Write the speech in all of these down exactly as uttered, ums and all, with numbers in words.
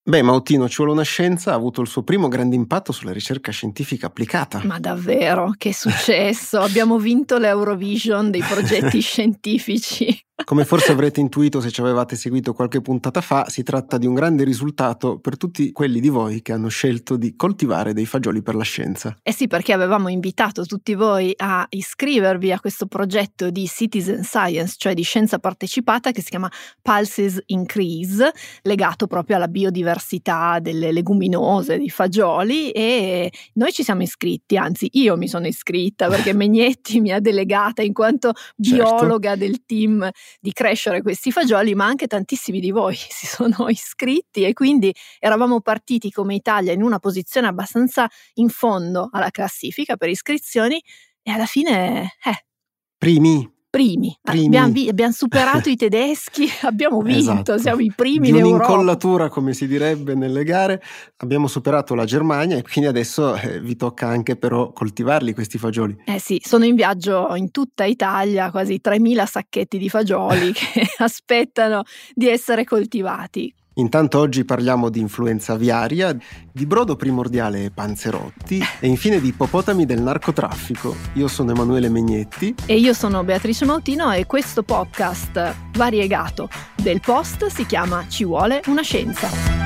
Beh, Mautino, ci vuole una scienza, ha avuto il suo primo grande impatto sulla ricerca scientifica applicata. Ma davvero? Che è successo? Abbiamo vinto l'Eurovision dei progetti scientifici. Come forse avrete intuito se ci avevate seguito qualche puntata fa, si tratta di un grande risultato per tutti quelli di voi che hanno scelto di coltivare dei fagioli per la scienza. Eh sì, perché avevamo invitato tutti voi a iscrivervi a questo progetto di Citizen Science, cioè di scienza partecipata, che si chiama Pulses Increase, legato proprio alla biodiversità delle leguminose, dei fagioli, e noi ci siamo iscritti, anzi io mi sono iscritta perché Megnetti mi ha delegata in quanto biologa Certo. del team di crescere questi fagioli, ma anche tantissimi di voi si sono iscritti e quindi eravamo partiti come Italia in una posizione abbastanza in fondo alla classifica per iscrizioni e alla fine eh Primi. primi, Primi. Abbiamo, vi- abbiamo superato i tedeschi, abbiamo vinto, Esatto. siamo i primi Di in Europa. un'incollatura, come si direbbe nelle gare, abbiamo superato la Germania e quindi adesso eh, vi tocca anche però coltivarli questi fagioli. Eh sì, sono in viaggio in tutta Italia, quasi tremila sacchetti di fagioli che aspettano di essere coltivati. Intanto oggi parliamo di influenza aviaria, di brodo primordiale e panzerotti e infine di ippopotami del narcotraffico. Io sono Emanuele Megnetti. E io sono Beatrice Mautino e questo podcast variegato del Post si chiama Ci vuole una scienza.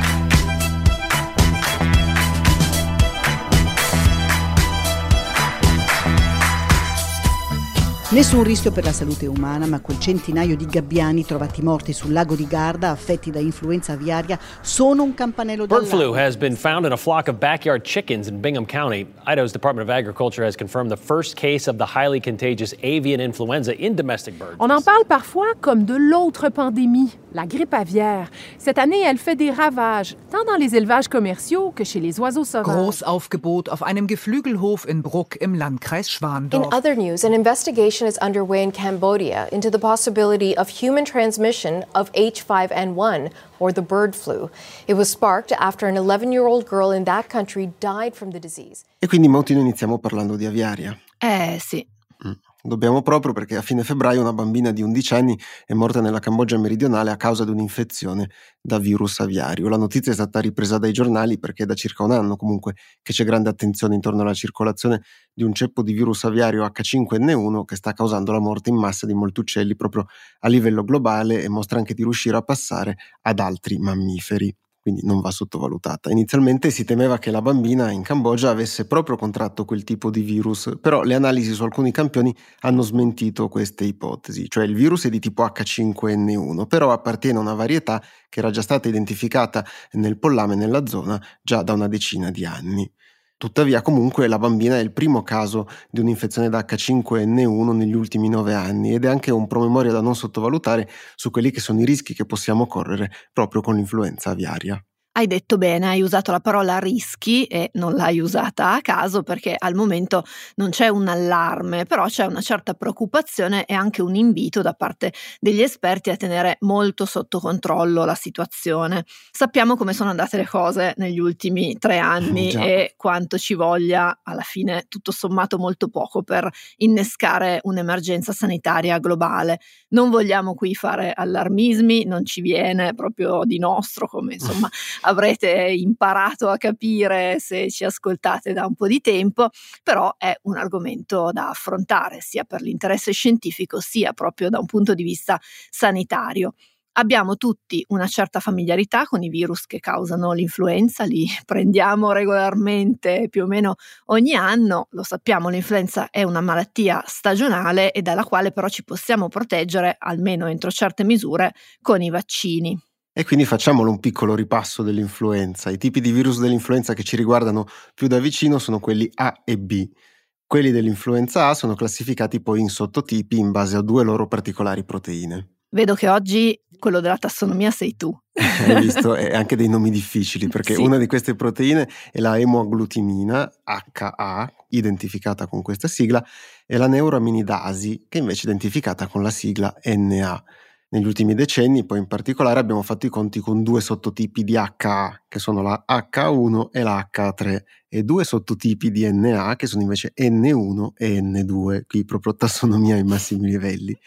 Nessun rischio per la salute umana, ma quel centinaio di gabbiani trovati morti sul lago di Garda affetti da influenza aviaria sono un campanello d'allarme. Bird d'allarme. flu has been found in a flock of backyard chickens in Bingham County. Idaho's Department of Agriculture has confirmed the first case of the highly contagious avian influenza in domestic birds. On en parle parfois comme de l'autre pandémie, la grippe aviaire. Cette année, elle fait des ravages, tant dans les élevages commerciaux que chez les oiseaux sauvages. Großaufgebot auf einem Geflügelhof in Bruck im Landkreis Schwandorf. In other news, an investigation is underway in Cambodia into the possibility of human transmission of H five N one, or the bird flu. It was sparked after an eleven-year-old girl in that country died from the disease. E quindi, Mautino, iniziamo parlando di aviaria. Eh sì. Mm. Dobbiamo proprio perché a fine febbraio una bambina di undici anni è morta nella Cambogia meridionale a causa di un'infezione da virus aviario. La notizia è stata ripresa dai giornali perché è da circa un anno comunque che c'è grande attenzione intorno alla circolazione di un ceppo di virus aviario H cinque N uno che sta causando la morte in massa di molti uccelli proprio a livello globale e mostra anche di riuscire a passare ad altri mammiferi. Quindi non va sottovalutata. Inizialmente si temeva che la bambina in Cambogia avesse proprio contratto quel tipo di virus, però le analisi su alcuni campioni hanno smentito queste ipotesi, cioè il virus è di tipo H cinque N uno, però appartiene a una varietà che era già stata identificata nel pollame nella zona già da una decina di anni. Tuttavia, comunque, la bambina è il primo caso di un'infezione da H cinque N uno negli ultimi nove anni ed è anche un promemoria da non sottovalutare su quelli che sono i rischi che possiamo correre proprio con l'influenza aviaria. Hai detto bene, hai usato la parola rischi e non l'hai usata a caso perché al momento non c'è un allarme, però c'è una certa preoccupazione e anche un invito da parte degli esperti a tenere molto sotto controllo la situazione. Sappiamo come sono andate le cose negli ultimi tre anni Già. E quanto ci voglia alla fine tutto sommato molto poco per innescare un'emergenza sanitaria globale. Non vogliamo qui fare allarmismi, non ci viene proprio di nostro, come insomma avrete imparato a capire se ci ascoltate da un po' di tempo, però è un argomento da affrontare sia per l'interesse scientifico sia proprio da un punto di vista sanitario. Abbiamo tutti una certa familiarità con i virus che causano l'influenza, li prendiamo regolarmente più o meno ogni anno, lo sappiamo, l'influenza è una malattia stagionale e dalla quale però ci possiamo proteggere, almeno entro certe misure, con i vaccini. E quindi facciamolo un piccolo ripasso dell'influenza. I tipi di virus dell'influenza che ci riguardano più da vicino sono quelli A e B. Quelli dell'influenza A sono classificati poi in sottotipi in base a due loro particolari proteine. Vedo che oggi quello della tassonomia sei tu. Hai visto? E anche dei nomi difficili, perché Sì. Una di queste proteine è la emoagglutimina, H A, identificata con questa sigla, e la neuraminidasi, che invece è identificata con la sigla N A. Negli ultimi decenni, poi in particolare, abbiamo fatto i conti con due sottotipi di H A, che sono la H uno e la H tre, e due sottotipi di N A, che sono invece N uno e N due, qui proprio tassonomia ai massimi livelli.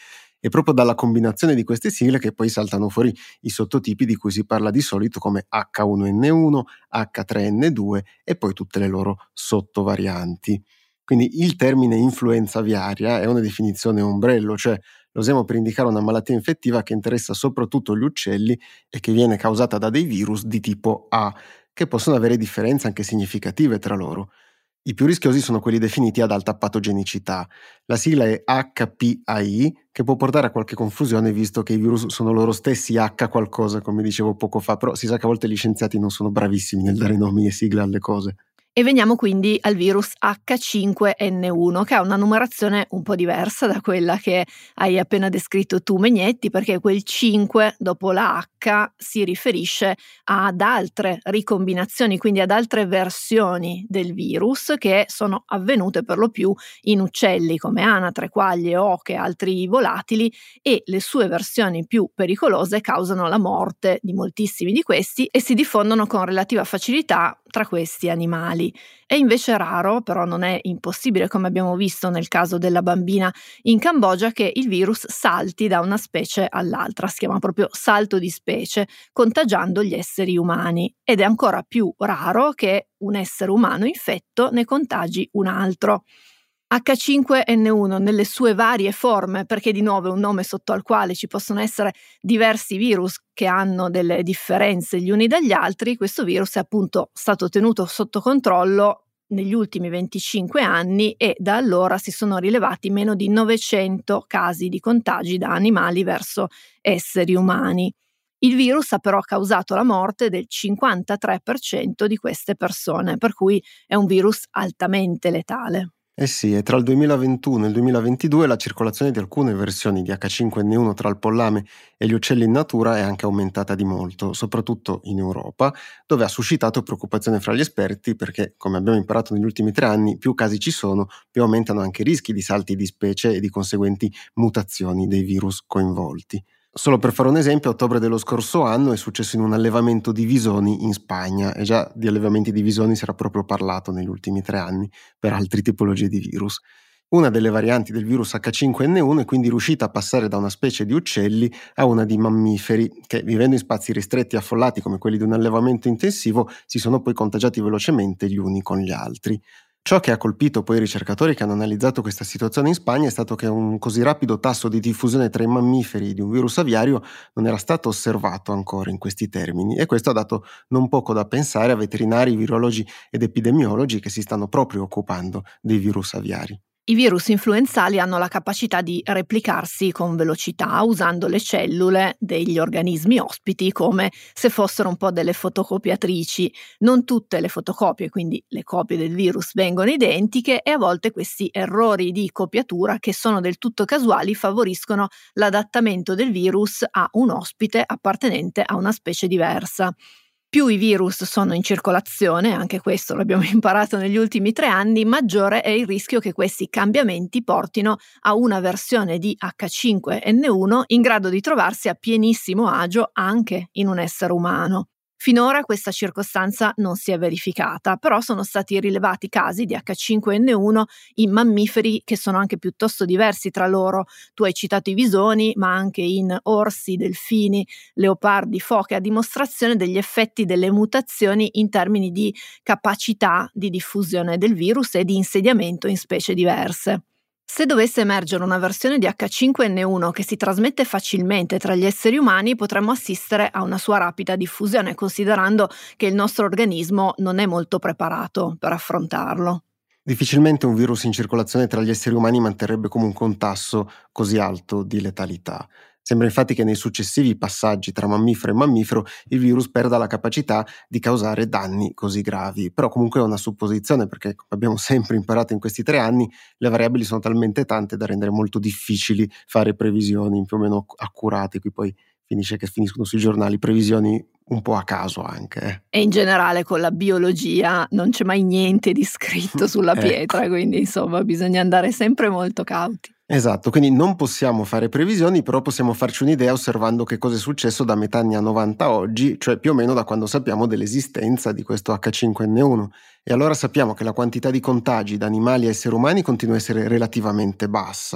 È proprio dalla combinazione di queste sigle che poi saltano fuori i sottotipi di cui si parla di solito come acca uno enne uno, acca tre enne due e poi tutte le loro sottovarianti. Quindi il termine influenza aviaria è una definizione ombrello, cioè lo usiamo per indicare una malattia infettiva che interessa soprattutto gli uccelli e che viene causata da dei virus di tipo A, che possono avere differenze anche significative tra loro. I più rischiosi sono quelli definiti ad alta patogenicità. La sigla è acca pi a i, che può portare a qualche confusione visto che i virus sono loro stessi H qualcosa, come dicevo poco fa, però si sa che a volte gli scienziati non sono bravissimi nel dare nomi e sigle alle cose. E veniamo quindi al virus acca cinque enne uno, che ha una numerazione un po' diversa da quella che hai appena descritto tu, Megnetti, perché quel cinque dopo la H si riferisce ad altre ricombinazioni, quindi ad altre versioni del virus che sono avvenute per lo più in uccelli come anatre, quaglie, oche e altri volatili, e le sue versioni più pericolose causano la morte di moltissimi di questi e si diffondono con relativa facilità tra questi animali. È invece raro, però non è impossibile, come abbiamo visto nel caso della bambina in Cambogia, che il virus salti da una specie all'altra, si chiama proprio salto di specie, contagiando gli esseri umani, ed è ancora più raro che un essere umano infetto ne contagi un altro. acca cinque enne uno nelle sue varie forme, perché di nuovo è un nome sotto al quale ci possono essere diversi virus che hanno delle differenze gli uni dagli altri, questo virus è appunto stato tenuto sotto controllo negli ultimi venticinque anni e da allora si sono rilevati meno di novecento casi di contagi da animali verso esseri umani. Il virus ha però causato la morte del cinquantatré per cento di queste persone, per cui è un virus altamente letale. Eh sì, e tra il duemilaventuno e il duemilaventidue la circolazione di alcune versioni di acca cinque enne uno tra il pollame e gli uccelli in natura è anche aumentata di molto, soprattutto in Europa, dove ha suscitato preoccupazione fra gli esperti perché, come abbiamo imparato negli ultimi tre anni, più casi ci sono, più aumentano anche i rischi di salti di specie e di conseguenti mutazioni dei virus coinvolti. Solo per fare un esempio, a ottobre dello scorso anno è successo in un allevamento di visoni in Spagna, e già di allevamenti di visoni si era proprio parlato negli ultimi tre anni per altre tipologie di virus. Una delle varianti del virus acca cinque enne uno è quindi riuscita a passare da una specie di uccelli a una di mammiferi che, vivendo in spazi ristretti e affollati come quelli di un allevamento intensivo, si sono poi contagiati velocemente gli uni con gli altri. Ciò che ha colpito poi i ricercatori che hanno analizzato questa situazione in Spagna è stato che un così rapido tasso di diffusione tra i mammiferi di un virus aviario non era stato osservato ancora in questi termini, e questo ha dato non poco da pensare a veterinari, virologi ed epidemiologi che si stanno proprio occupando dei virus aviari. I virus influenzali hanno la capacità di replicarsi con velocità usando le cellule degli organismi ospiti come se fossero un po' delle fotocopiatrici. Non tutte le fotocopie, quindi le copie del virus, vengono identiche e a volte questi errori di copiatura, che sono del tutto casuali, favoriscono l'adattamento del virus a un ospite appartenente a una specie diversa. Più i virus sono in circolazione, anche questo l'abbiamo imparato negli ultimi tre anni, maggiore è il rischio che questi cambiamenti portino a una versione di acca cinque enne uno in grado di trovarsi a pienissimo agio anche in un essere umano. Finora questa circostanza non si è verificata, però sono stati rilevati casi di acca cinque enne uno in mammiferi che sono anche piuttosto diversi tra loro. Tu hai citato i visoni, ma anche in orsi, delfini, leopardi, foche, a dimostrazione degli effetti delle mutazioni in termini di capacità di diffusione del virus e di insediamento in specie diverse. Se dovesse emergere una versione di acca cinque enne uno che si trasmette facilmente tra gli esseri umani, potremmo assistere a una sua rapida diffusione, considerando che il nostro organismo non è molto preparato per affrontarlo. Difficilmente un virus in circolazione tra gli esseri umani manterrebbe comunque un tasso così alto di letalità. Sembra infatti che nei successivi passaggi tra mammifero e mammifero il virus perda la capacità di causare danni così gravi, però comunque è una supposizione perché, come abbiamo sempre imparato in questi tre anni, le variabili sono talmente tante da rendere molto difficili fare previsioni più o meno accurate, qui poi finisce che finiscono sui giornali previsioni un po' a caso anche. Eh. E in generale con la biologia non c'è mai niente di scritto sulla pietra, ecco. Quindi insomma bisogna andare sempre molto cauti. Esatto, quindi non possiamo fare previsioni, però possiamo farci un'idea osservando che cosa è successo da metà anni novanta a oggi, cioè più o meno da quando sappiamo dell'esistenza di questo acca cinque enne uno. E allora sappiamo che la quantità di contagi da animali a esseri umani continua a essere relativamente bassa,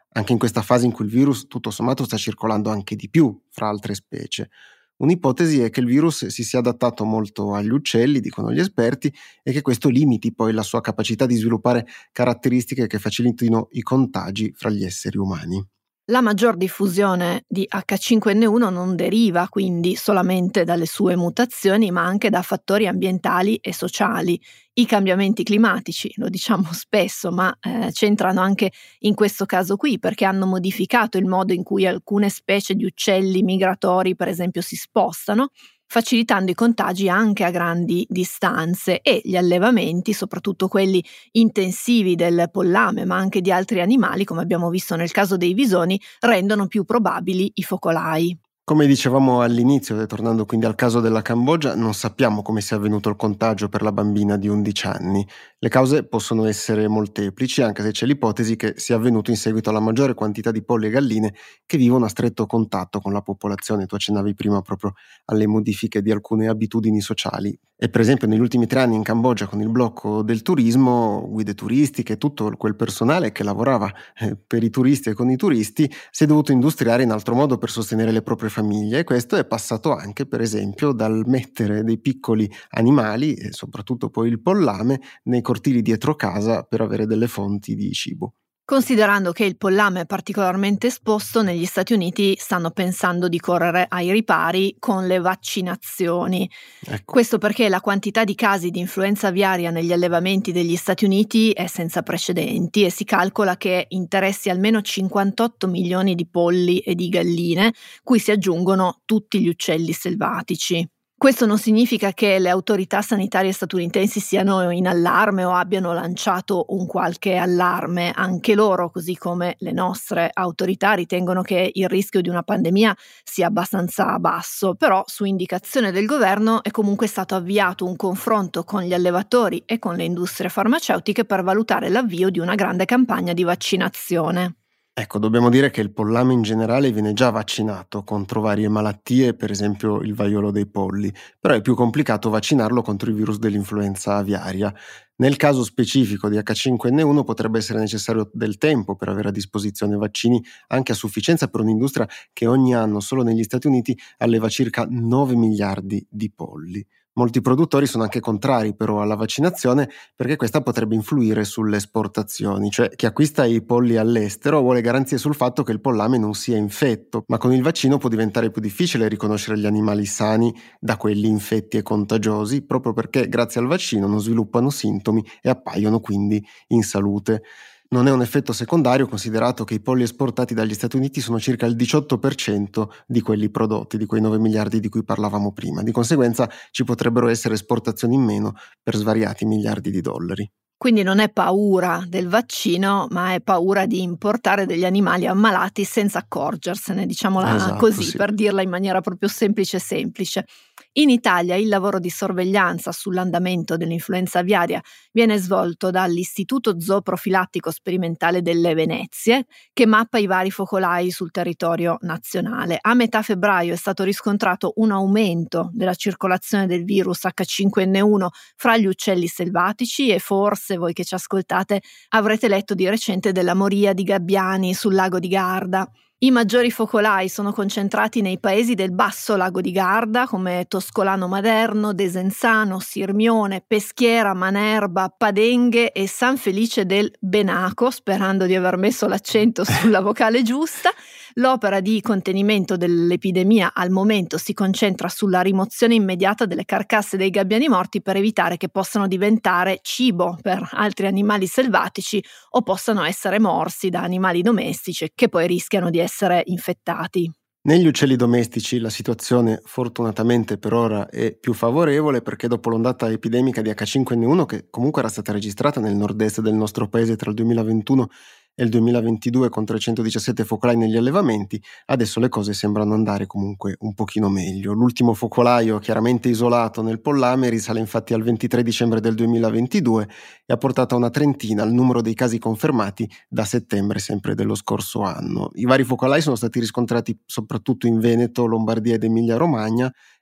anche in questa fase in cui il virus tutto sommato sta circolando anche di più fra altre specie. Un'ipotesi è che il virus si sia adattato molto agli uccelli, dicono gli esperti, e che questo limiti poi la sua capacità di sviluppare caratteristiche che facilitino i contagi fra gli esseri umani. La maggior diffusione di acca cinque enne uno non deriva quindi solamente dalle sue mutazioni, ma anche da fattori ambientali e sociali. I cambiamenti climatici, lo diciamo spesso, ma eh, c'entrano anche in questo caso qui, perché hanno modificato il modo in cui alcune specie di uccelli migratori, per esempio, si spostano, facilitando i contagi anche a grandi distanze, e gli allevamenti, soprattutto quelli intensivi del pollame, ma anche di altri animali, come abbiamo visto nel caso dei visoni, rendono più probabili i focolai. Come dicevamo all'inizio, e tornando quindi al caso della Cambogia, non sappiamo come sia avvenuto il contagio per la bambina di undici anni. Le cause possono essere molteplici, anche se c'è l'ipotesi che sia avvenuto in seguito alla maggiore quantità di polli e galline che vivono a stretto contatto con la popolazione. Tu accennavi prima proprio alle modifiche di alcune abitudini sociali. E per esempio negli ultimi tre anni in Cambogia, con il blocco del turismo, guide turistiche, tutto quel personale che lavorava eh, per i turisti e con i turisti si è dovuto industriare in altro modo per sostenere le proprie famiglie, e questo è passato anche per esempio dal mettere dei piccoli animali, e soprattutto poi il pollame, nei cortili dietro casa per avere delle fonti di cibo. Considerando che il pollame è particolarmente esposto, negli Stati Uniti stanno pensando di correre ai ripari con le vaccinazioni. Ecco. Questo perché la quantità di casi di influenza aviaria negli allevamenti degli Stati Uniti è senza precedenti, e si calcola che interessi almeno cinquantotto milioni di polli e di galline, cui si aggiungono tutti gli uccelli selvatici. Questo non significa che le autorità sanitarie statunitensi siano in allarme o abbiano lanciato un qualche allarme. Anche loro, così come le nostre autorità, ritengono che il rischio di una pandemia sia abbastanza basso, però su indicazione del governo è comunque stato avviato un confronto con gli allevatori e con le industrie farmaceutiche per valutare l'avvio di una grande campagna di vaccinazione. Ecco, dobbiamo dire che il pollame in generale viene già vaccinato contro varie malattie, per esempio il vaiolo dei polli, però è più complicato vaccinarlo contro il virus dell'influenza aviaria. Nel caso specifico di acca cinque enne uno potrebbe essere necessario del tempo per avere a disposizione vaccini anche a sufficienza per un'industria che ogni anno solo negli Stati Uniti alleva circa nove miliardi di polli. Molti produttori sono anche contrari però alla vaccinazione, perché questa potrebbe influire sulle esportazioni, cioè chi acquista i polli all'estero vuole garanzie sul fatto che il pollame non sia infetto, ma con il vaccino può diventare più difficile riconoscere gli animali sani da quelli infetti e contagiosi, proprio perché grazie al vaccino non sviluppano sintomi e appaiono quindi in salute. Non è un effetto secondario, considerato che i polli esportati dagli Stati Uniti sono circa il diciotto per cento di quelli prodotti, di quei nove miliardi di cui parlavamo prima. Di conseguenza ci potrebbero essere esportazioni in meno per svariati miliardi di dollari. Quindi non è paura del vaccino, ma è paura di importare degli animali ammalati senza accorgersene, diciamola Esatto, così, sì. per dirla in maniera proprio semplice semplice. In Italia il lavoro di sorveglianza sull'andamento dell'influenza aviaria viene svolto dall'Istituto Zooprofilattico Sperimentale delle Venezie, che mappa i vari focolai sul territorio nazionale. A metà febbraio è stato riscontrato un aumento della circolazione del virus acca cinque enne uno fra gli uccelli selvatici, e forse voi che ci ascoltate avrete letto di recente della moria di gabbiani sul lago di Garda. I maggiori focolai sono concentrati nei paesi del basso lago di Garda, come Toscolano Maderno, Desenzano, Sirmione, Peschiera, Manerba, Padenghe e San Felice del Benaco, sperando di aver messo l'accento sulla vocale giusta. L'opera di contenimento dell'epidemia al momento si concentra sulla rimozione immediata delle carcasse dei gabbiani morti, per evitare che possano diventare cibo per altri animali selvatici o possano essere morsi da animali domestici che poi rischiano di essere infettati. Negli uccelli domestici la situazione fortunatamente per ora è più favorevole, perché dopo l'ondata epidemica di acca cinque enne uno, che comunque era stata registrata nel nord-est del nostro paese tra il duemilaventuno e il duemilaventidue con trecentodiciassette focolai negli allevamenti, adesso le cose sembrano andare comunque un pochino meglio. L'ultimo focolaio, chiaramente isolato nel pollame, risale infatti al ventitré dicembre del duemilaventidue e ha portato a una trentina il numero dei casi confermati da settembre sempre dello scorso anno. I vari focolai sono stati riscontrati soprattutto in Veneto, Lombardia ed Emilia Romagna,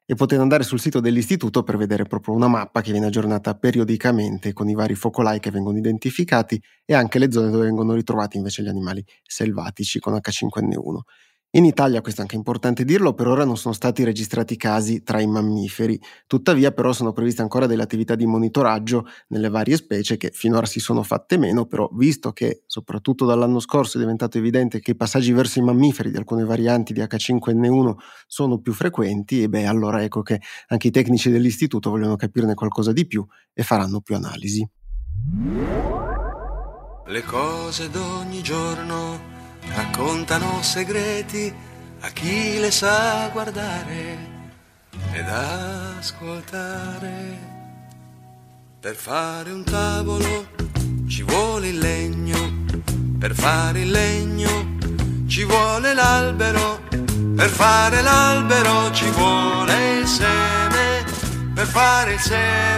E potete andare sul sito dell'istituto per vedere proprio una mappa che viene aggiornata periodicamente con i vari focolai che vengono identificati e anche le zone dove vengono ritrovati invece gli animali selvatici con acca cinque enne uno. In Italia, questo è anche importante dirlo, per ora non sono stati registrati casi tra i mammiferi, tuttavia però sono previste ancora delle attività di monitoraggio nelle varie specie che finora si sono fatte meno, però visto che soprattutto dall'anno scorso è diventato evidente che i passaggi verso i mammiferi di alcune varianti di acca cinque enne uno sono più frequenti, e beh allora ecco che anche i tecnici dell'istituto vogliono capirne qualcosa di più e faranno più analisi. Le cose d'ogni giorno raccontano segreti a chi le sa guardare ed ascoltare. Per fare un tavolo ci vuole il legno, per fare il legno ci vuole l'albero, per fare l'albero ci vuole il seme, per fare il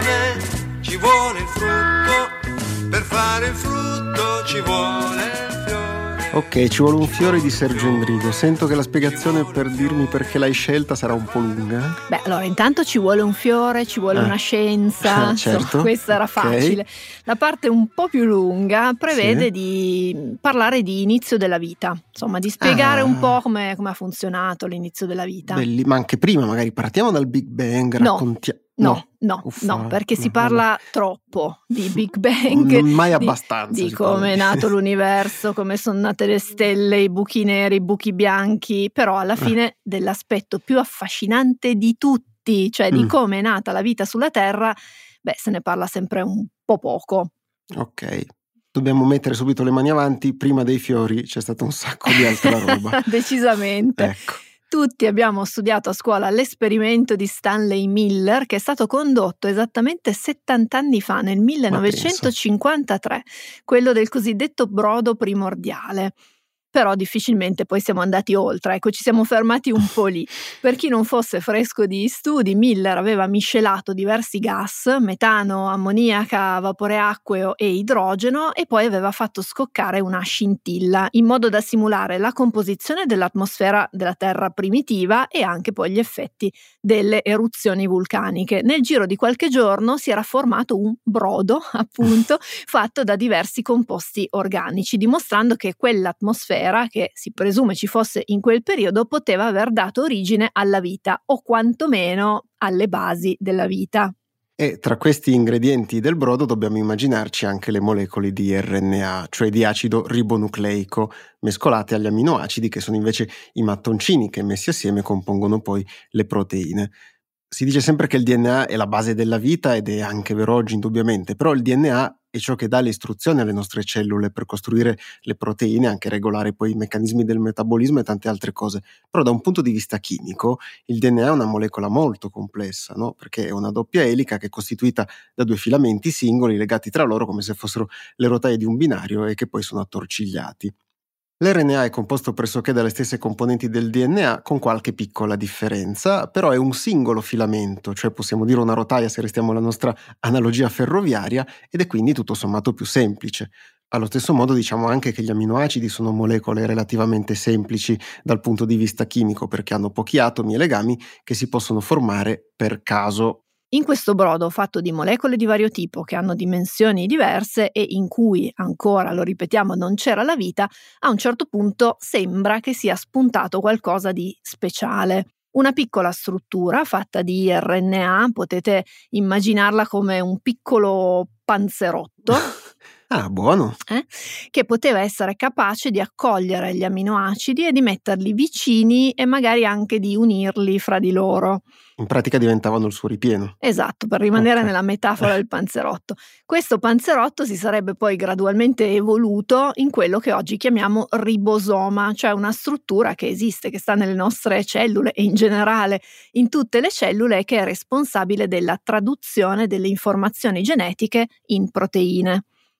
seme ci vuole il frutto, per fare il frutto ci vuole il fiore. Ok, ci vuole un fiore di Sergio Endrigo. Sento che la spiegazione per dirmi perché l'hai scelta sarà un po' lunga. Beh, allora intanto ci vuole un fiore, ci vuole Ah. una scienza, Ah, certo. insomma, questa era Ok. facile. La parte un po' più lunga prevede Sì. di parlare di inizio della vita, insomma di spiegare Ah. un po' come, come ha funzionato l'inizio della vita. Belli, ma anche prima magari partiamo dal Big Bang, No. raccontiamo. No, no, Uffa, no, perché si no, parla troppo di Big Bang, Non mai di- abbastanza, di si come è parla. nato l'universo, come sono nate le stelle, i buchi neri, i buchi bianchi, però alla fine dell'aspetto più affascinante di tutti, cioè di Mm. come è nata la vita sulla Terra, beh, se ne parla sempre un po' poco. Ok, dobbiamo mettere subito le mani avanti. Prima dei fiori c'è stato un sacco di altra roba. Decisamente. Ecco. Tutti abbiamo studiato a scuola l'esperimento di Stanley Miller, che è stato condotto esattamente settanta anni fa, nel millenovecentocinquantatré, quello del cosiddetto brodo primordiale. Però difficilmente poi siamo andati oltre, ecco, ci siamo fermati un po' lì. Per chi non fosse fresco di studi, Miller aveva miscelato diversi gas, metano, ammoniaca, vapore acqueo e idrogeno, e poi aveva fatto scoccare una scintilla in modo da simulare la composizione dell'atmosfera della Terra primitiva e anche poi gli effetti delle eruzioni vulcaniche. Nel giro di qualche giorno si era formato un brodo, appunto, fatto da diversi composti organici, dimostrando che quell'atmosfera che si presume ci fosse in quel periodo poteva aver dato origine alla vita, o quantomeno alle basi della vita. E tra questi ingredienti del brodo dobbiamo immaginarci anche le molecole di erre enne a, cioè di acido ribonucleico, mescolate agli amminoacidi che sono invece i mattoncini che messi assieme compongono poi le proteine. Si dice sempre che il di enne a è la base della vita, ed è anche vero oggi indubbiamente, però il di enne a è ciò che dà le istruzioni alle nostre cellule per costruire le proteine, anche regolare poi i meccanismi del metabolismo e tante altre cose. Però da un punto di vista chimico il di enne a è una molecola molto complessa, no? Perché è una doppia elica che è costituita da due filamenti singoli legati tra loro come se fossero le rotaie di un binario e che poi sono attorcigliati. L'erre enne a è composto pressoché dalle stesse componenti del di enne a, con qualche piccola differenza, però è un singolo filamento, cioè possiamo dire una rotaia se restiamo alla nostra analogia ferroviaria, ed è quindi tutto sommato più semplice. Allo stesso modo diciamo anche che gli amminoacidi sono molecole relativamente semplici dal punto di vista chimico, perché hanno pochi atomi e legami che si possono formare per caso. In questo brodo fatto di molecole di vario tipo che hanno dimensioni diverse e in cui ancora, lo ripetiamo, non c'era la vita, a un certo punto sembra che sia spuntato qualcosa di speciale. Una piccola struttura fatta di erre enne a, potete immaginarla come un piccolo panzerotto, Ah, buono! eh, che poteva essere capace di accogliere gli amminoacidi e di metterli vicini e magari anche di unirli fra di loro. In pratica diventavano il suo ripieno. Esatto, per rimanere Ok. nella metafora del panzerotto. Questo panzerotto si sarebbe poi gradualmente evoluto in quello che oggi chiamiamo ribosoma, cioè una struttura che esiste, che sta nelle nostre cellule e in generale in tutte le cellule, che è responsabile della traduzione delle informazioni genetiche in proteine.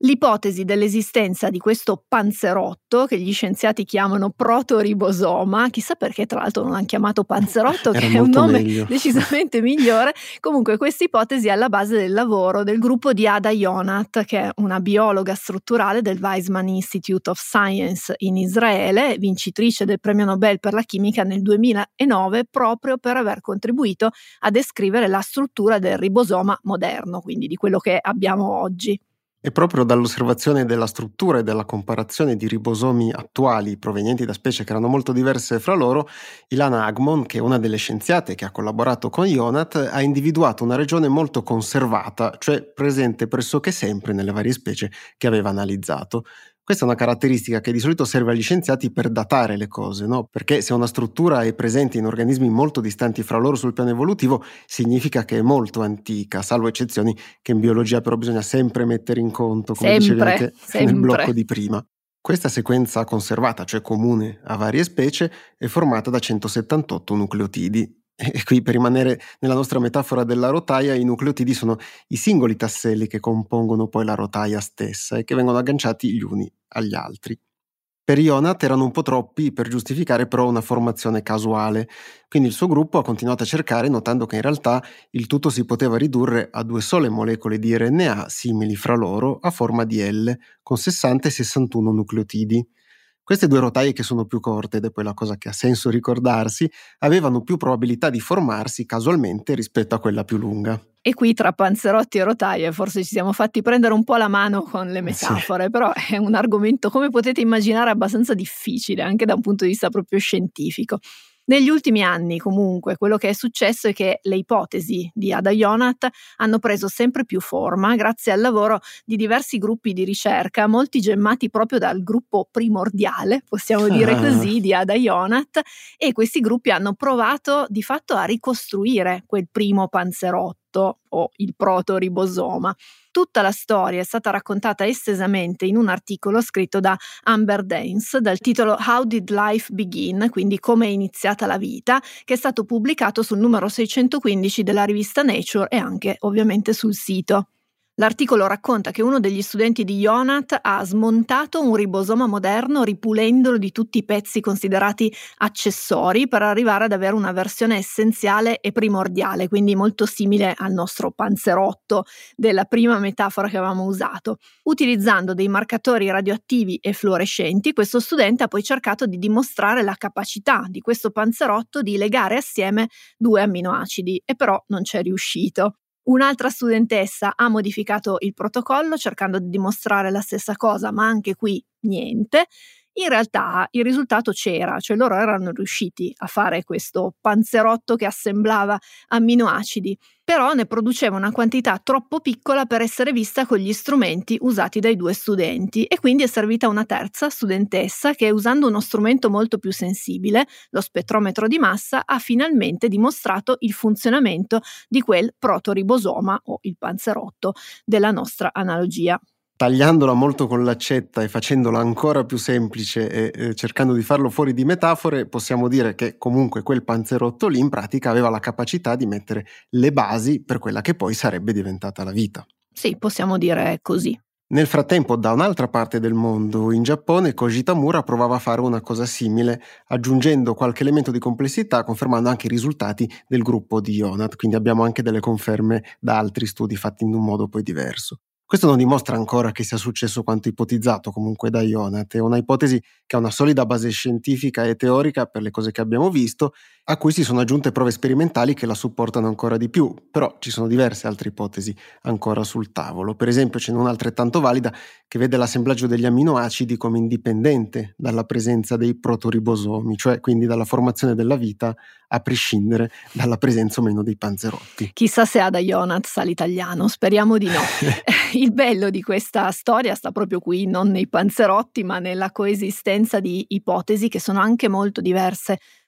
L'ipotesi dell'esistenza di questo panzerotto, che gli scienziati chiamano protoribosoma, chissà perché tra l'altro non hanno chiamato panzerotto, che è un nome meglio. decisamente migliore. Comunque questa ipotesi è alla base del lavoro del gruppo di Ada Yonath, che è una biologa strutturale del Weizmann Institute of Science in Israele, vincitrice del premio Nobel per la chimica nel duemilanove, proprio per aver contribuito a descrivere la struttura del ribosoma moderno, quindi di quello che abbiamo oggi. E proprio dall'osservazione della struttura e della comparazione di ribosomi attuali provenienti da specie che erano molto diverse fra loro, Ilana Agmon, che è una delle scienziate che ha collaborato con Yonath, ha individuato una regione molto conservata, cioè presente pressoché sempre nelle varie specie che aveva analizzato. Questa è una caratteristica che di solito serve agli scienziati per datare le cose, no? Perché se una struttura è presente in organismi molto distanti fra loro sul piano evolutivo, significa che è molto antica, salvo eccezioni che in biologia però bisogna sempre mettere in conto, come sempre, dicevi anche sempre. nel blocco di prima. Questa sequenza conservata, cioè comune a varie specie, è formata da centosettantotto nucleotidi. E qui, per rimanere nella nostra metafora della rotaia, i nucleotidi sono i singoli tasselli che compongono poi la rotaia stessa e che vengono agganciati gli uni agli altri. Per Yonath erano un po' troppi per giustificare però una formazione casuale, quindi il suo gruppo ha continuato a cercare, notando che in realtà il tutto si poteva ridurre a due sole molecole di R N A simili fra loro a forma di L, con sessanta e sessantuno nucleotidi. Queste due rotaie, che sono più corte, ed è poi la cosa che ha senso ricordarsi, avevano più probabilità di formarsi casualmente rispetto a quella più lunga. E qui tra panzerotti e rotaie forse ci siamo fatti prendere un po' la mano con le metafore, sì. Però è un argomento, come potete immaginare, abbastanza difficile anche da un punto di vista proprio scientifico. Negli ultimi anni, comunque, quello che è successo è che le ipotesi di Ada Yonath hanno preso sempre più forma grazie al lavoro di diversi gruppi di ricerca, molti gemmati proprio dal gruppo primordiale, possiamo dire così, di Ada Yonath, e questi gruppi hanno provato di fatto a ricostruire quel primo panzerotto o il protoribosoma. Tutta la storia è stata raccontata estesamente in un articolo scritto da Amber Daines dal titolo How Did Life Begin?, quindi come è iniziata la vita, che è stato pubblicato sul numero seicentoquindici della rivista Nature e anche ovviamente sul sito. L'articolo racconta che uno degli studenti di Yonath ha smontato un ribosoma moderno ripulendolo di tutti i pezzi considerati accessori per arrivare ad avere una versione essenziale e primordiale, quindi molto simile al nostro panzerotto della prima metafora che avevamo usato. Utilizzando dei marcatori radioattivi e fluorescenti, questo studente ha poi cercato di dimostrare la capacità di questo panzerotto di legare assieme due amminoacidi, e però non c'è riuscito. Un'altra studentessa ha modificato il protocollo cercando di dimostrare la stessa cosa, ma anche qui niente. In realtà il risultato c'era, cioè loro erano riusciti a fare questo panzerotto che assemblava amminoacidi, però ne produceva una quantità troppo piccola per essere vista con gli strumenti usati dai due studenti, e quindi è servita una terza studentessa che, usando uno strumento molto più sensibile, lo spettrometro di massa, ha finalmente dimostrato il funzionamento di quel protoribosoma o il panzerotto della nostra analogia. Tagliandola molto con l'accetta e facendola ancora più semplice e eh, cercando di farlo fuori di metafore, possiamo dire che comunque quel panzerotto lì in pratica aveva la capacità di mettere le basi per quella che poi sarebbe diventata la vita. Sì, possiamo dire così. Nel frattempo, da un'altra parte del mondo, in Giappone, Koji Tamura provava a fare una cosa simile, aggiungendo qualche elemento di complessità, confermando anche i risultati del gruppo di Yonath, quindi abbiamo anche delle conferme da altri studi fatti in un modo poi diverso. Questo non dimostra ancora che sia successo quanto ipotizzato comunque da Yonath, è una ipotesi che ha una solida base scientifica e teorica per le cose che abbiamo visto, a cui si sono aggiunte prove sperimentali che la supportano ancora di più, però ci sono diverse altre ipotesi ancora sul tavolo. Per esempio ce n'è una altrettanto valida che vede l'assemblaggio degli amminoacidi come indipendente dalla presenza dei protoribosomi, cioè quindi dalla formazione della vita a prescindere dalla presenza o meno dei panzerotti. Chissà se Ada Yonath sa l'italiano, speriamo di no. Il bello di questa storia sta proprio qui, non nei panzerotti, ma nella coesistenza di ipotesi che sono anche molto diverse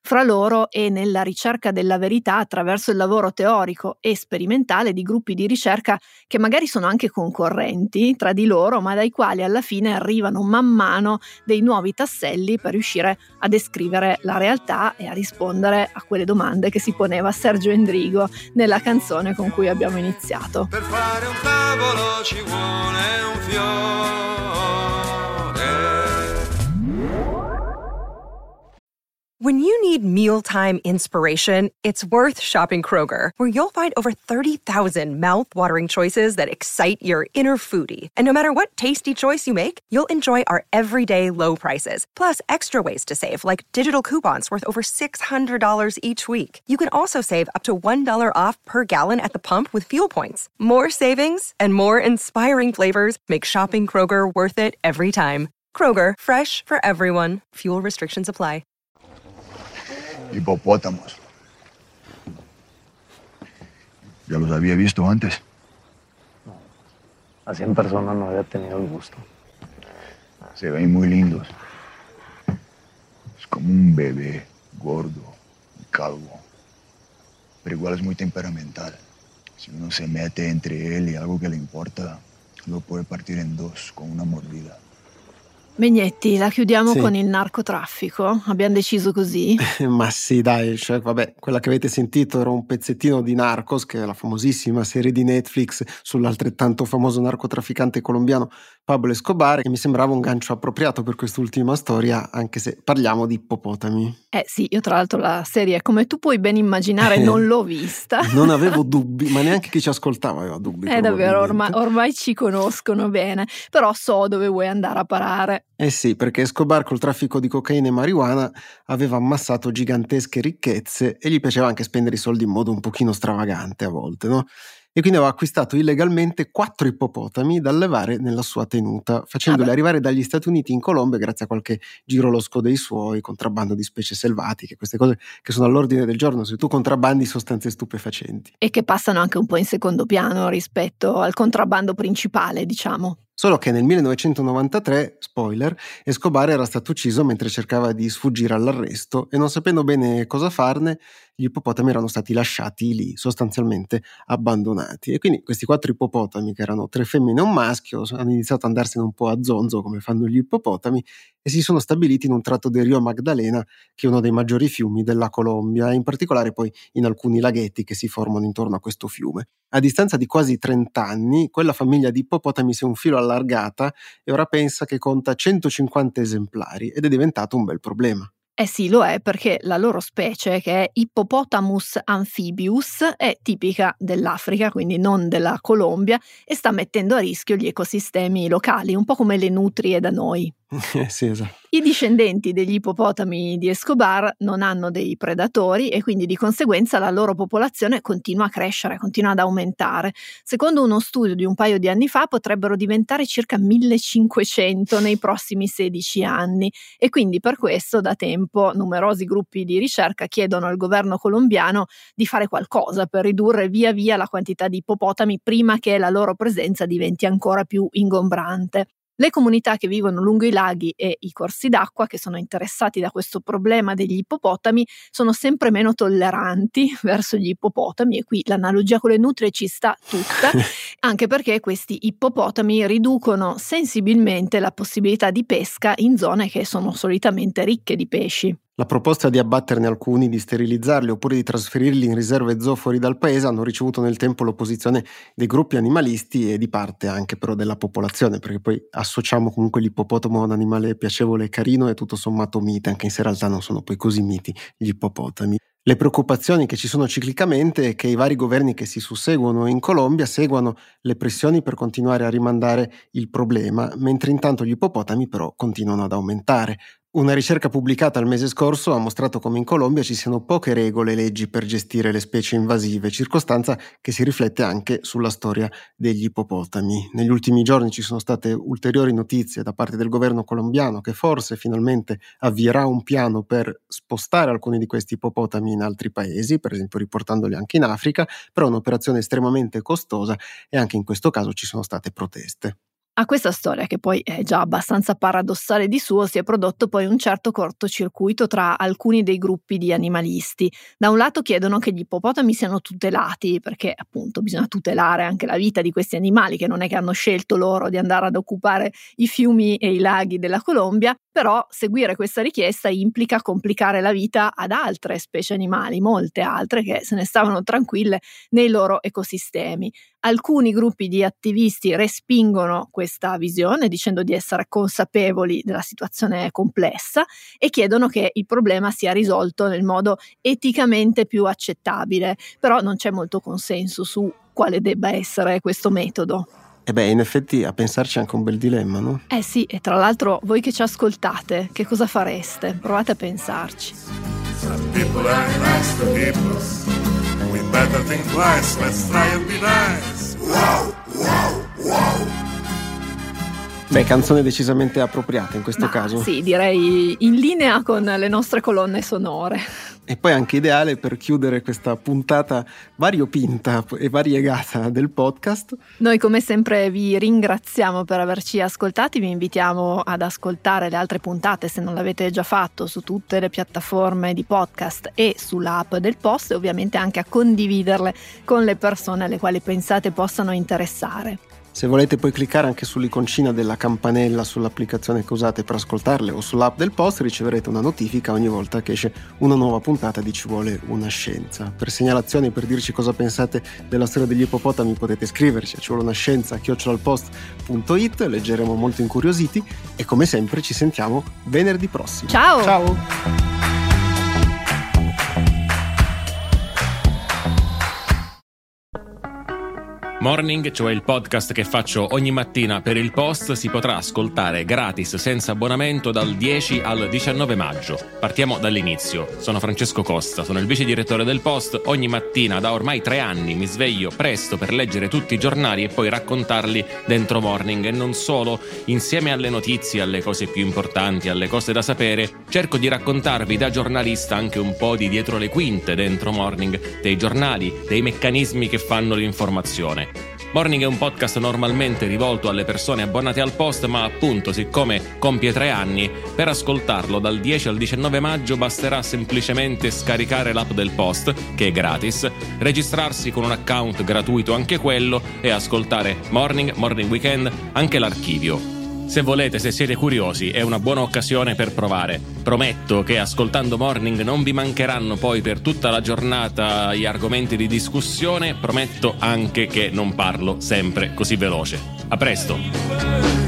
fra loro e nella ricerca della verità attraverso il lavoro teorico e sperimentale di gruppi di ricerca che magari sono anche concorrenti tra di loro, ma dai quali alla fine arrivano man mano dei nuovi tasselli per riuscire a descrivere la realtà e a rispondere a quelle domande che si poneva Sergio Endrigo nella canzone con cui abbiamo iniziato. Per fare un tavolo ci vuole un fiore. When you need mealtime inspiration, it's worth shopping Kroger, where you'll find over thirty thousand mouth-watering choices that excite your inner foodie. And no matter what tasty choice you make, you'll enjoy our everyday low prices, plus extra ways to save, like digital coupons worth over six hundred dollars each week. You can also save up to one dollar off per gallon at the pump with fuel points. More savings and more inspiring flavors make shopping Kroger worth it every time. Kroger, fresh for everyone. Fuel restrictions apply. Hipopótamos. ¿Ya los había visto antes? No, así en persona no había tenido el gusto. Se ven muy lindos. Es como un bebé, gordo y calvo. Pero igual es muy temperamental. Si uno se mete entre él y algo que le importa, lo puede partir en dos con una mordida. Megnetti, la chiudiamo Sì. con il narcotraffico? Abbiamo deciso così? Ma sì, dai, cioè, vabbè, quella che avete sentito era un pezzettino di Narcos, che è la famosissima serie di Netflix sull'altrettanto famoso narcotrafficante colombiano Pablo Escobar, e mi sembrava un gancio appropriato per quest'ultima storia, anche se parliamo di ippopotami. Eh sì, io tra l'altro la serie, come tu puoi ben immaginare, non l'ho vista. Non avevo dubbi, ma neanche chi ci ascoltava aveva dubbi. È davvero, ormai, probabilmente. ormai ci conoscono bene, però so dove vuoi andare a parare. Eh sì, perché Escobar col traffico di cocaina e marijuana aveva ammassato gigantesche ricchezze e gli piaceva anche spendere i soldi in modo un pochino stravagante a volte, no? E quindi aveva acquistato illegalmente quattro ippopotami da allevare nella sua tenuta, facendoli Ah beh. arrivare dagli Stati Uniti in Colombia grazie a qualche giro losco dei suoi, contrabbando di specie selvatiche, queste cose che sono all'ordine del giorno se tu contrabbandi sostanze stupefacenti. E che passano anche un po' in secondo piano rispetto al contrabbando principale, diciamo. Solo che nel millenovecentonovantatré, spoiler, Escobar era stato ucciso mentre cercava di sfuggire all'arresto e non sapendo bene cosa farne, gli ippopotami erano stati lasciati lì, sostanzialmente abbandonati. E quindi questi quattro ippopotami, che erano tre femmine e un maschio, hanno iniziato ad andarsene un po' a zonzo come fanno gli ippopotami e si sono stabiliti in un tratto del Rio Magdalena, che è uno dei maggiori fiumi della Colombia, e in particolare poi in alcuni laghetti che si formano intorno a questo fiume. A distanza di quasi trenta anni, quella famiglia di ippopotami si è un filo allargata e ora pensa che conta centocinquanta esemplari ed è diventato un bel problema. Eh sì, lo è, perché la loro specie, che è Hippopotamus amphibius, è tipica dell'Africa, quindi non della Colombia, e sta mettendo a rischio gli ecosistemi locali, un po' come le nutrie da noi. Eh sì, esatto. I discendenti degli ippopotami di Escobar non hanno dei predatori e quindi di conseguenza la loro popolazione continua a crescere, continua ad aumentare. Secondo uno studio di un paio di anni fa potrebbero diventare circa millecinquecento nei prossimi sedici anni e quindi per questo da tempo numerosi gruppi di ricerca chiedono al governo colombiano di fare qualcosa per ridurre via via la quantità di ippopotami prima che la loro presenza diventi ancora più ingombrante. Le comunità che vivono lungo i laghi e i corsi d'acqua, che sono interessati da questo problema degli ippopotami, sono sempre meno tolleranti verso gli ippopotami, e qui l'analogia con le nutrie ci sta tutta, anche perché questi ippopotami riducono sensibilmente la possibilità di pesca in zone che sono solitamente ricche di pesci. La proposta di abbatterne alcuni, di sterilizzarli oppure di trasferirli in riserve zoo fuori dal paese hanno ricevuto nel tempo l'opposizione dei gruppi animalisti e di parte anche però della popolazione, perché poi associamo comunque l'ippopotamo a un animale piacevole e carino e tutto sommato mite, anche se in realtà non sono poi così miti gli ippopotami. Le preoccupazioni che ci sono ciclicamente è che i vari governi che si susseguono in Colombia seguano le pressioni per continuare a rimandare il problema, mentre intanto gli ippopotami però continuano ad aumentare. Una ricerca pubblicata il mese scorso ha mostrato come in Colombia ci siano poche regole e leggi per gestire le specie invasive, circostanza che si riflette anche sulla storia degli ippopotami. Negli ultimi giorni ci sono state ulteriori notizie da parte del governo colombiano che forse finalmente avvierà un piano per spostare alcuni di questi ippopotami in altri paesi, per esempio riportandoli anche in Africa, però è un'operazione estremamente costosa e anche in questo caso ci sono state proteste. A questa storia, che poi è già abbastanza paradossale di suo, si è prodotto poi un certo cortocircuito tra alcuni dei gruppi di animalisti. Da un lato chiedono che gli ippopotami siano tutelati, perché appunto bisogna tutelare anche la vita di questi animali, che non è che hanno scelto loro di andare ad occupare i fiumi e i laghi della Colombia, però seguire questa richiesta implica complicare la vita ad altre specie animali, molte altre che se ne stavano tranquille nei loro ecosistemi. Alcuni gruppi di attivisti respingono questa visione dicendo di essere consapevoli della situazione complessa e chiedono che il problema sia risolto nel modo eticamente più accettabile, però non c'è molto consenso su quale debba essere questo metodo. E beh, in effetti a pensarci è anche un bel dilemma, no? Eh sì, e tra l'altro voi che ci ascoltate, che cosa fareste? Provate a pensarci. Some people are nice to people. We better think twice, let's try and be nice. Wow, wow, wow. Beh, canzone decisamente appropriata in questo Ma caso. Sì, direi in linea con le nostre colonne sonore. E poi anche ideale per chiudere questa puntata variopinta e variegata del podcast. Noi come sempre vi ringraziamo per averci ascoltati, vi invitiamo ad ascoltare le altre puntate se non l'avete già fatto su tutte le piattaforme di podcast e sull'app del Post, e ovviamente anche a condividerle con le persone alle quali pensate possano interessare. Se volete puoi cliccare anche sull'iconcina della campanella sull'applicazione che usate per ascoltarle o sull'app del Post, riceverete una notifica ogni volta che esce una nuova puntata di Ci vuole una scienza. Per segnalazioni, per dirci cosa pensate della storia degli ippopotami, potete scriverci a ci vuole una scienza chiocciola alpost punto it, leggeremo molto incuriositi e come sempre ci sentiamo venerdì prossimo. Ciao! Ciao! Morning, cioè il podcast che faccio ogni mattina per il Post, si potrà ascoltare gratis senza abbonamento dal dieci al diciannove maggio. Partiamo dall'inizio. Sono Francesco Costa, sono il vice direttore del Post. Ogni mattina da ormai tre anni mi sveglio presto per leggere tutti i giornali e poi raccontarli dentro Morning, e non solo. Insieme alle notizie, alle cose più importanti, alle cose da sapere, cerco di raccontarvi da giornalista anche un po' di dietro le quinte dentro Morning, dei giornali, dei meccanismi che fanno l'informazione. Morning è un podcast normalmente rivolto alle persone abbonate al Post, ma appunto, siccome compie tre anni, per ascoltarlo dal dieci al diciannove maggio basterà semplicemente scaricare l'app del Post, che è gratis, registrarsi con un account gratuito anche quello e ascoltare Morning, Morning Weekend, anche l'archivio. Se volete, se siete curiosi, è una buona occasione per provare. Prometto che ascoltando Morning non vi mancheranno poi per tutta la giornata gli argomenti di discussione. Prometto anche che non parlo sempre così veloce. A presto!